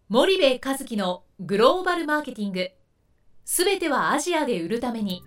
森部一樹のグローバルマーケティング、すべてはアジアで売るために。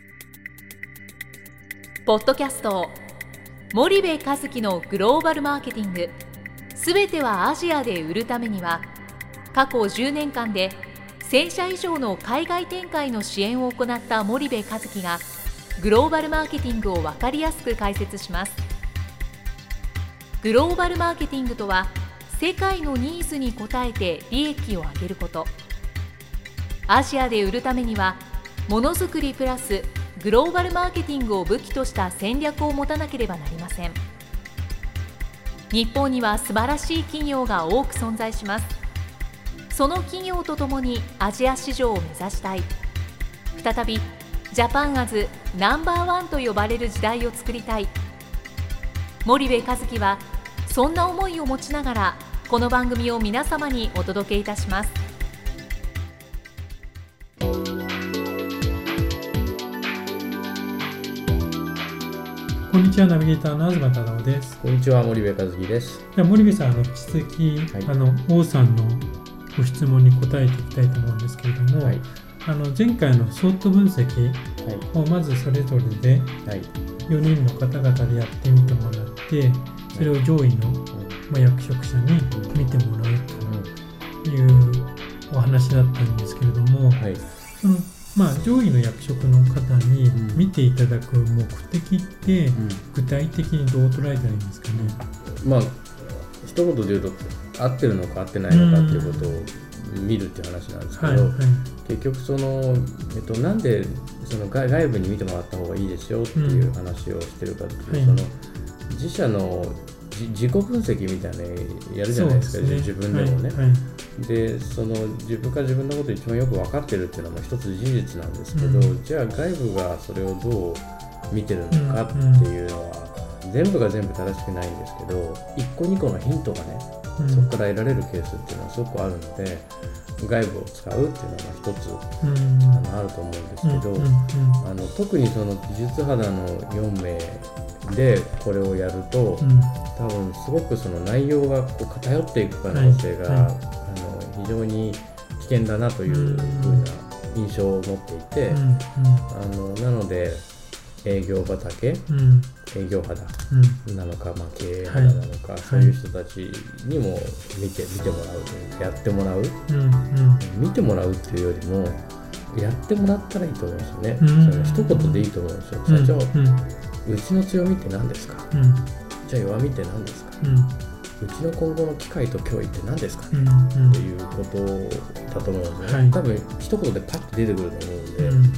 ポッドキャスト森部一樹のグローバルマーケティング、すべてはアジアで売るためには、過去10年間で1000社以上の海外展開の支援を行った森部一樹がグローバルマーケティングを分かりやすく解説します。グローバルマーケティングとは、世界のニーズに応えて利益を上げること。アジアで売るためには、ものづくりプラスグローバルマーケティングを武器とした戦略を持たなければなりません。日本には素晴らしい企業が多く存在します。その企業とともにアジア市場を目指したい。再びジャパンアズナンバーワンと呼ばれる時代を作りたい。森部一樹はそんな思いを持ちながら、この番組を皆様にお届けいたします。 こんにちは、ナビゲーターの東忠夫です。 こんにちは、森部一樹です。 では森部さん、引き続き、王さんのご質問に答えていきたいと思うんですけれども、前回のソート分析をまずそれぞれで4人の方々でやってみてもらって、それを上位の役職者に見てもらうというお話だったんですけれども、その上位の役職の方に見ていただく目的って具体的にどう捉えたらいいんですかね。 一言で言うと、合ってるのか合ってないのかっていうことを見るっていう話なんですけど、結局なんでその外部に見てもらった方がいいですよっていう話をしてるかっていう、その自社の自己分析みたいなのやるじゃないですか、自分でもね。で、その自分が自分のことを一番よく分かってるっていうのも一つ事実なんですけど、じゃあ外部がそれをどう見てるのかっていうのは、全部が全部正しくないんですけど、1個2個のヒントがね、そこから得られるケースっていうのはすごくあるので、外部を使うっていうのは一つあると思うんですけど、特にその技術肌の4名でこれをやると、多分すごくその内容がこう偏っていく可能性が、非常に危険だなというふうな印象を持っていて、なので営業畑、営業肌なのか、経営肌なのか、そういう人たちにも見てもらうというか、やってもらう、見てもらうっていうよりもやってもらったらいいと思うんですよね。その一言でいいと思うんですよ。社長、うちの強みって何ですか、じゃあ弱みって何ですか、うちの今後の機会と脅威って何ですかね、っていうことだと思うんで、多分一言でパッと出てくると思うんで、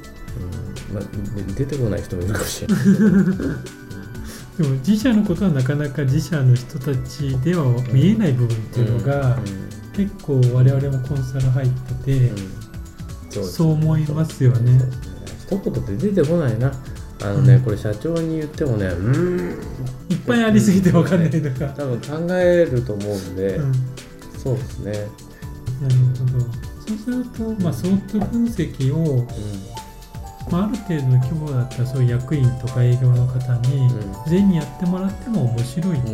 出てこない人もいるかもしれないでも自社のことはなかなか自社の人たちでは見えない部分っていうのが、結構我々もコンサル入ってて、そう思いますよね。 一言で出てこないな。これ社長に言ってもね、 いっぱいありすぎて分かんないとか、 多分考えると思うんで、そうですね。 なるほど。そうすると、ソート分析を、ある程度の規模だったらそういう役員とか営業の方に全員やってもらっても面白い。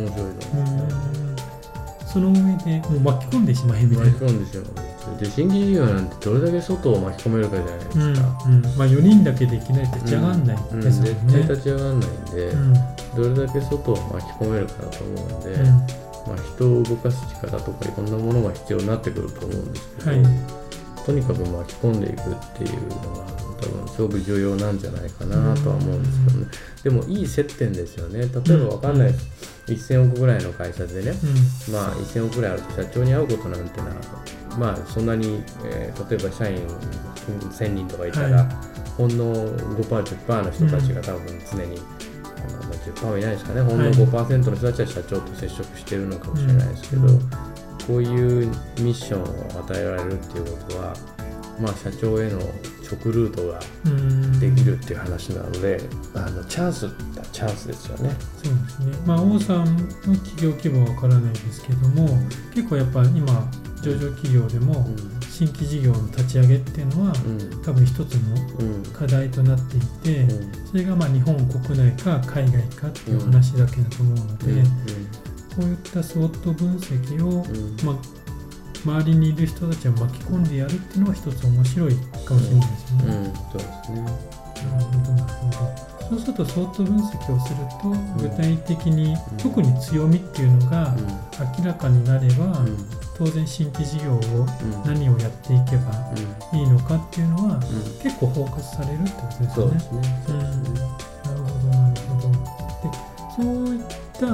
その上でもう巻き込んでしまえみたいな。 巻き込んでしまう。で、新規事業なんてどれだけ外を巻き込めるかじゃないですか。 4人だけできないと立ち上がらないですもんね。 絶対立ち上がらないんで、どれだけ外を巻き込めるかだと思うので、人を動かす力とかいろんなものが必要になってくると思うんですけど、とにかく巻き込んでいくっていうのが多分すごく重要なんじゃないかなとは思うんですけどね。でもいい接点ですよね。例えば分かんないです、1000億ぐらいの会社でね、1000億ぐらいあると社長に会うことなんてそんなに、例えば社員1000人とかいたら、ほんの 5%、10% の人たちが多分常に、10% もいないですかね、ほんの 5% の人たちは社長と接触しているのかもしれないですけど、こういうミッションを与えられるっていうことは、社長への直ルートができるっていう話なので、チャンスですよね。 そうですね。王さんの企業規模は分からないですけども、結構やっぱ今上場企業でも新規事業の立ち上げっていうのは、多分一つの課題となっていて、それが日本国内か海外かっていう話だけだと思うので、こういったソート分析を、 周りにいる人たちを巻き込んでやるっていうのは一つ面白いかもしれないですよね。 そうですね。 なるほどなるほど。そうするとSWOT分析をすると、具体的に、特に強みっていうのが明らかになれば、当然新規事業を何をやっていけばいいのかっていうのは、結構フォーカスされるってことですよね。 そうですね。 なるほどなるほど。でそういった、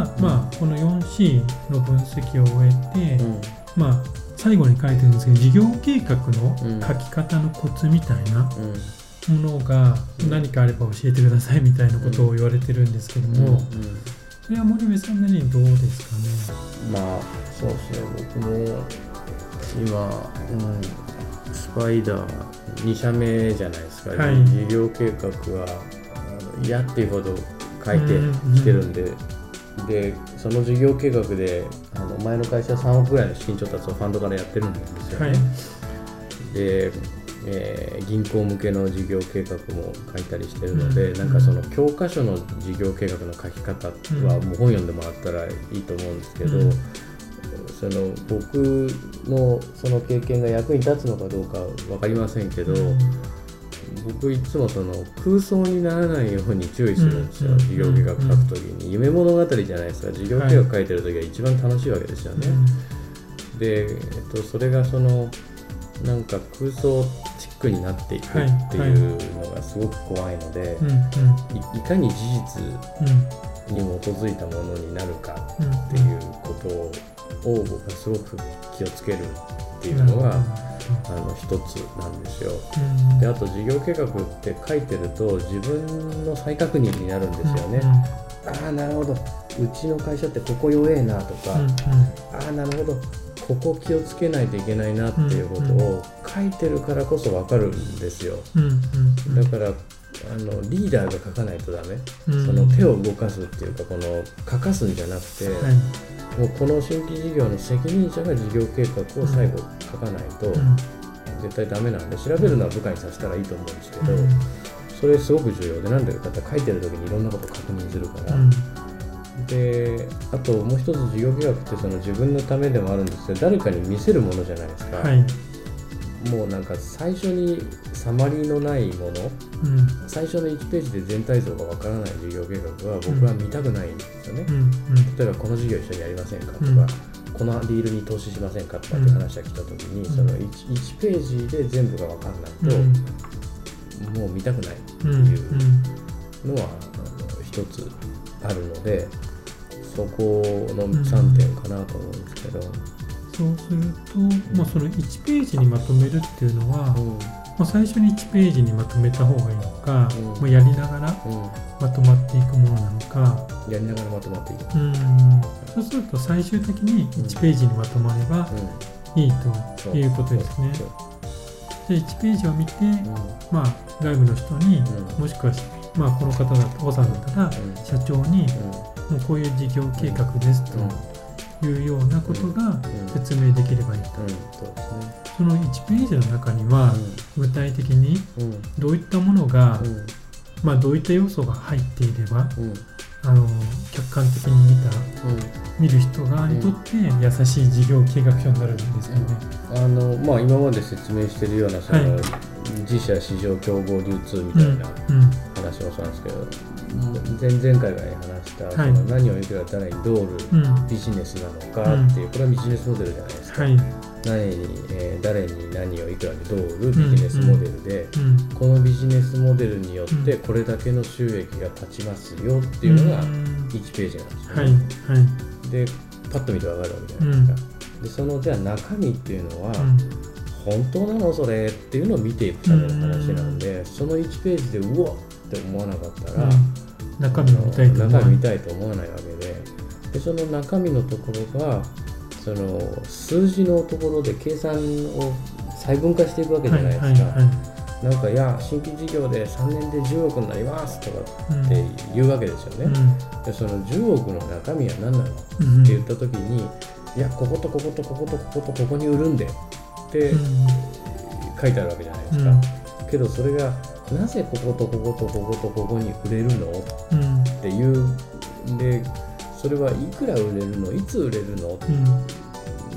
この 4C の分析を終えて、最後に書いてるんですけど、事業計画の書き方のコツみたいなものが何かあれば教えてくださいみたいなことを言われてるんですけども、それは森部さんなりにどうですかね。 そうですね。僕も今、スパイダー2社目じゃないですか。事業計画は嫌っていうほど書いてきてるんで、でその事業計画で前の会社は3億ぐらいの資金調達をファンドからやってるんですよね。で銀行向けの事業計画も書いたりしてるので、なんかその教科書の事業計画の書き方はもう本読んでもらったらいいと思うんですけど、その僕のその経験が役に立つのかどうか分かりませんけど、僕いつもその空想にならないように注意するんですよ。事業計画書くときに夢物語じゃないですか。事業計画書いてるときが一番楽しいわけですよね。で、それがそのなんか空想チックになっていくっていうのがすごく怖いので、いかに事実に基づいたものになるかっていうことを僕はすごく気をつけるっていうのが一つなんですよ。であと事業計画って書いてると自分の再確認になるんですよね。なるほど、うちの会社ってここ弱えなとか、なるほど、ここ気をつけないといけないなっていうことを書いてるからこそ分かるんですよ。だからリーダーが書かないとダメ、その手を動かすっていうか、この書かすんじゃなくて、もうこの新規事業の責任者が事業計画を最後書かないと絶対ダメなんで、調べるのは部下にさせたらいいと思うんですけど、それすごく重要で、なんでかって書いてる時にいろんなこと確認するから。であともう一つ事業計画ってその自分のためでもあるんですけど、誰かに見せるものじゃないですか。もうなんか最初にサマリーのないもの、最初の1ページで全体像がわからない事業計画は僕は見たくないんですよね。例えばこの事業一緒にやりませんかとか、このディールに投資しませんかとかって話が来た時に、その 1ページで全部がわかんないと、もう見たくないっていうのは一つあるので、そこの3点かなと思うんですけど、 そうすると、その1ページにまとめるっていうのは、最初に1ページにまとめた方がいいのか、やりながらまとまっていくものなのか、 やりながらまとまっていく。 そうすると最終的に1ページにまとまればいいということですね。で1ページを見て、外部の人に、もしくはこの方だと王さんだったら、社長に、もうこういう事業計画ですというようなことが説明できればいいと。その1ページの中には、具体的にどういったものが、どういった要素が入っていれば、客観的に見る人側にとって優しい事業計画書になるんですかね。 今まで説明しているようなその、自社市場競合流通みたいな話もそうなんですけど、前々回ぐらいに話した、その何をいくら誰にどう売るビジネスなのかっていう、これはビジネスモデルじゃないですか。誰に何をいくらでどう売るビジネスモデルで、このビジネスモデルによってこれだけの収益が立ちますよっていうのが1ページなんですよね。でパッと見て分かるわけじゃないですか。でそのじゃあ中身っていうのは、本当なのそれっていうのを見ていくための話なので、その1ページでうわっって思わなかったら、 中身見たいと思わないわけで、その中身のところがその数字のところで計算を細分化していくわけじゃないですか。なんかいや新規事業で3年で10億になりますとかって言うわけですよね。でその10億の中身は何なのって言った時に、いやこことこことこことこことここに売るんでって書いてあるわけじゃないですか。けどそれがなぜこことこことこことここに売れるのっていうで、それはいくら売れるの、いつ売れるの、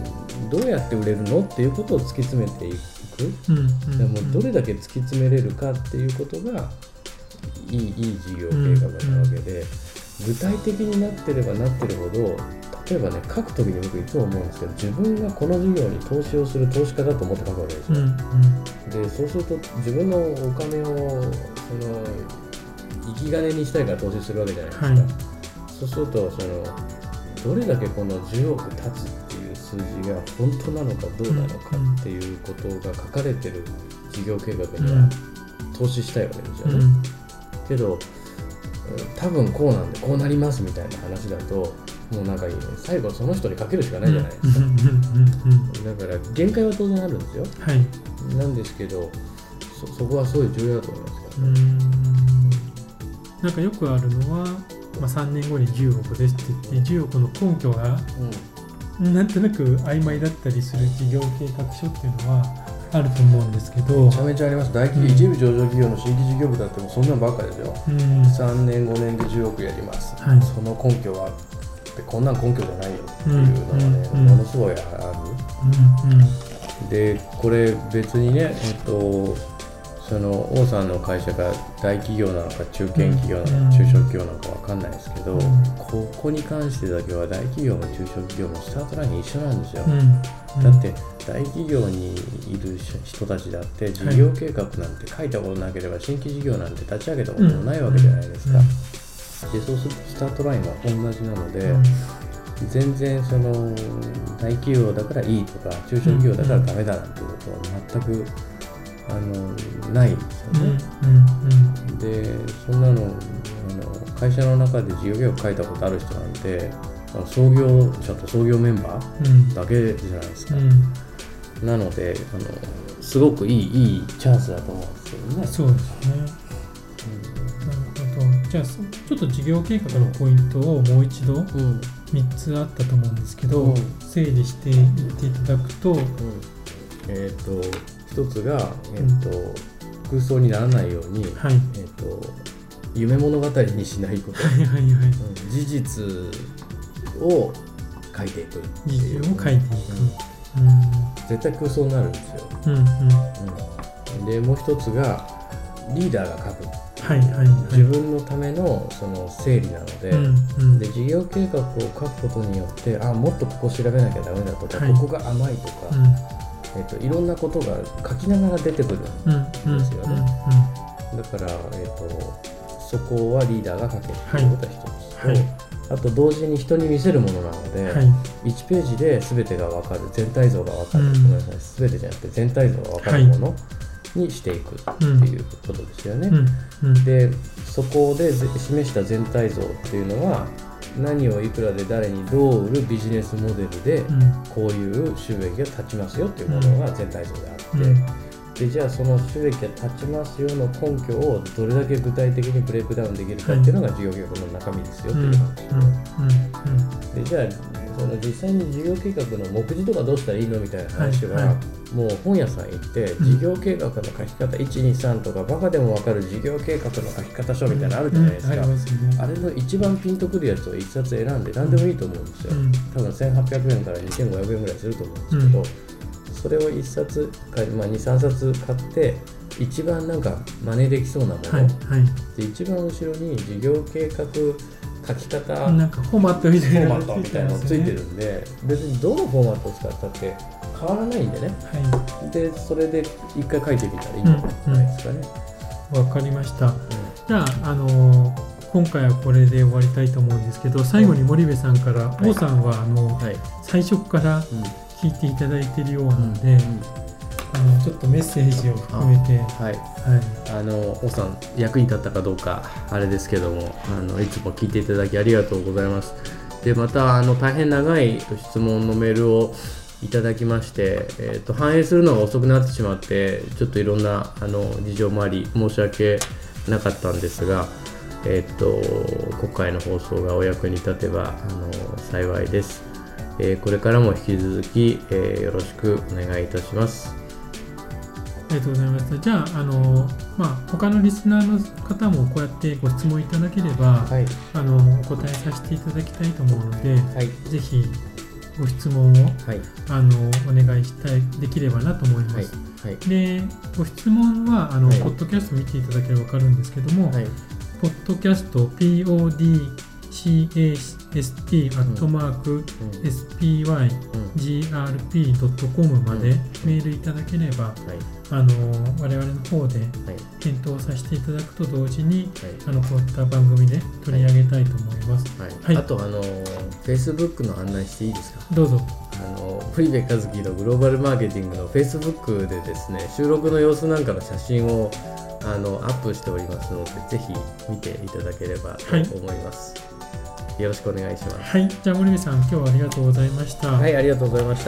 どうやって売れるのっていうことを突き詰めていく、でもどれだけ突き詰めれるかっていうことがいい事業計画なわけで、具体的になってればなってるほど、例えばね、書くときに僕いつも思うんですけど、自分がこの事業に投資をする投資家だと思って書くわけですよ。でそうすると自分のお金を生き金にしたいから投資するわけじゃないですか、そうするとどれだけこの10億立つっていう数字が本当なのかどうなのかっていうことが書かれてる事業計画には投資したいわけですよね、けど多分こうなんでこうなりますみたいな話だと、もうなんか最後その人にかけるしかないじゃないですか。だから限界は当然あるんですよ、なんですけどそこはすごい重要だと思いますからね。 なんかよくあるのは、3年後に10億ですって言って、10億の根拠がなんとなく曖昧だったりする事業計画書っていうのはあると思うんですけど、 めちゃめちゃあります。大企業、一部上場企業の新規事業部だってもそんなのばっかですよ、3年5年で10億やります、その根拠はってこんなん根拠じゃないよっていうのはね、ものすごいある、でこれ別にね、その王さんの会社が大企業なのか中堅企業なのか中小企業なのか分かんないですけど、ここに関してだけは大企業も中小企業もスタートライン一緒なんですよ、だって大企業にいる人たちだって事業計画なんて書いたことなければ新規事業なんて立ち上げたこともないわけじゃないですか、でそうするとスタートラインは同じなので、全然その大企業だからいいとか中小企業だからダメだなんていうことは全くないんですよね、でそんなの会社の中で事業計画書いたことある人なんて創業者と創業メンバーだけじゃないですか、なのですごくいいチャンスだと思うんですけどね。 そうですね、なるほど。じゃあちょっと事業計画のポイントをもう一度3つあったと思うんですけど、整理していっていただくと、 一つが、空想にならないように、夢物語にしないこと、事実を書いていくっていう、絶対空想になるんですよ、でもう一つがリーダーが書く、自分のためのその整理なので、で事業計画を書くことによって、もっとここ調べなきゃダメだとか、ここが甘いとか、いろんなことが書きながら出てくるんですよね、だから、そこはリーダーが書けるということが一つと、あと同時に人に見せるものなので、1ページで全てが分かる、全体像が分かる、全てじゃなくて全体像が分かるものにしていくっていうことですよね、でそこで示した全体像っていうのは何をいくらで誰にどう売るビジネスモデルでこういう収益が立ちますよっていうものが全体像であって、でじゃあその収益が立ちますよの根拠をどれだけ具体的にブレイクダウンできるかっていうのが事業計画の中身ですよっていう話で、じゃあその実際に事業計画の目次とかどうしたらいいのみたいな話は、もう本屋さん行って事業計画の書き方123とかバカでも分かる事業計画の書き方書みたいなのあるじゃないですか、あれの一番ピンとくるやつを1冊選んで何でもいいと思うんですよ、多分1800円から2500円ぐらいすると思うんですけど、それを1冊か、2、3冊買って一番なんか真似できそうなもの、で一番後ろに事業計画書き方なんかフォーマットみたいなのついてるんで、別にどのフォーマットを使ったって変わらないんでね、でそれで一回書いてみたらいいんじゃないですかね。 わかりました、じゃあ、今回はこれで終わりたいと思うんですけど、最後に森部さんから、王さんは最初から聞いていただいているようなので、ちょっとメッセージを含めて、 王さん役に立ったかどうかあれですけども、いつも聞いていただきありがとうございます。でまた大変長い質問のメールをいただきまして、反映するのが遅くなってしまってちょっといろんな事情もあり申し訳なかったんですが、今回の放送がお役に立てば幸いです。これからも引き続き、よろしくお願いいたします。 ありがとうございました。じゃあ、他のリスナーの方もこうやってご質問いただければ、お答えさせていただきたいと思うので、ぜひご質問を、お願いできればなと思います。で、ご質問はポッドキャスト見ていただければ分かるんですけども、ポッドキャスト podcast@spygrp.com までメールいただければ、我々の方で検討させていただくと同時に、こういった番組で取り上げたいと思います。 あとFacebook の案内していいですか？ どうぞ。 堀部和樹のグローバルマーケティングの Facebook でですね、収録の様子なんかの写真をアップしておりますので、ぜひ見ていただければと思います。よろしくお願いします。 はい、じゃあ森部さん、今日はありがとうございました。 はい、ありがとうございました。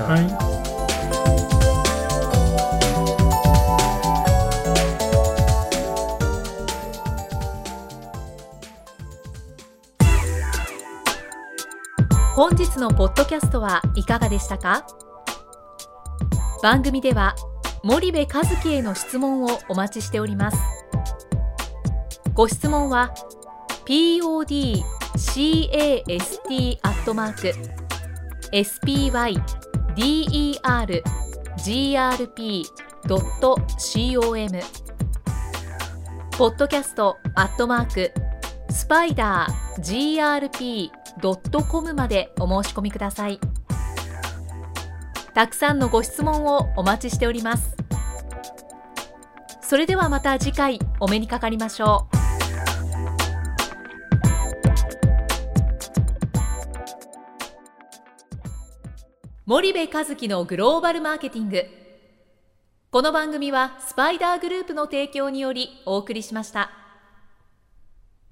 本日のポッドキャストはいかがでしたか？番組では森部和樹への質問をお待ちしております。ご質問は podcast@spydergrp.com podcast@spidergrp.com までお申し込みください。たくさんのご質問をお待ちしております。それではまた次回お目にかかりましょう。森部和樹のグローバルマーケティング。この番組はスパイダーグループの提供によりお送りしました。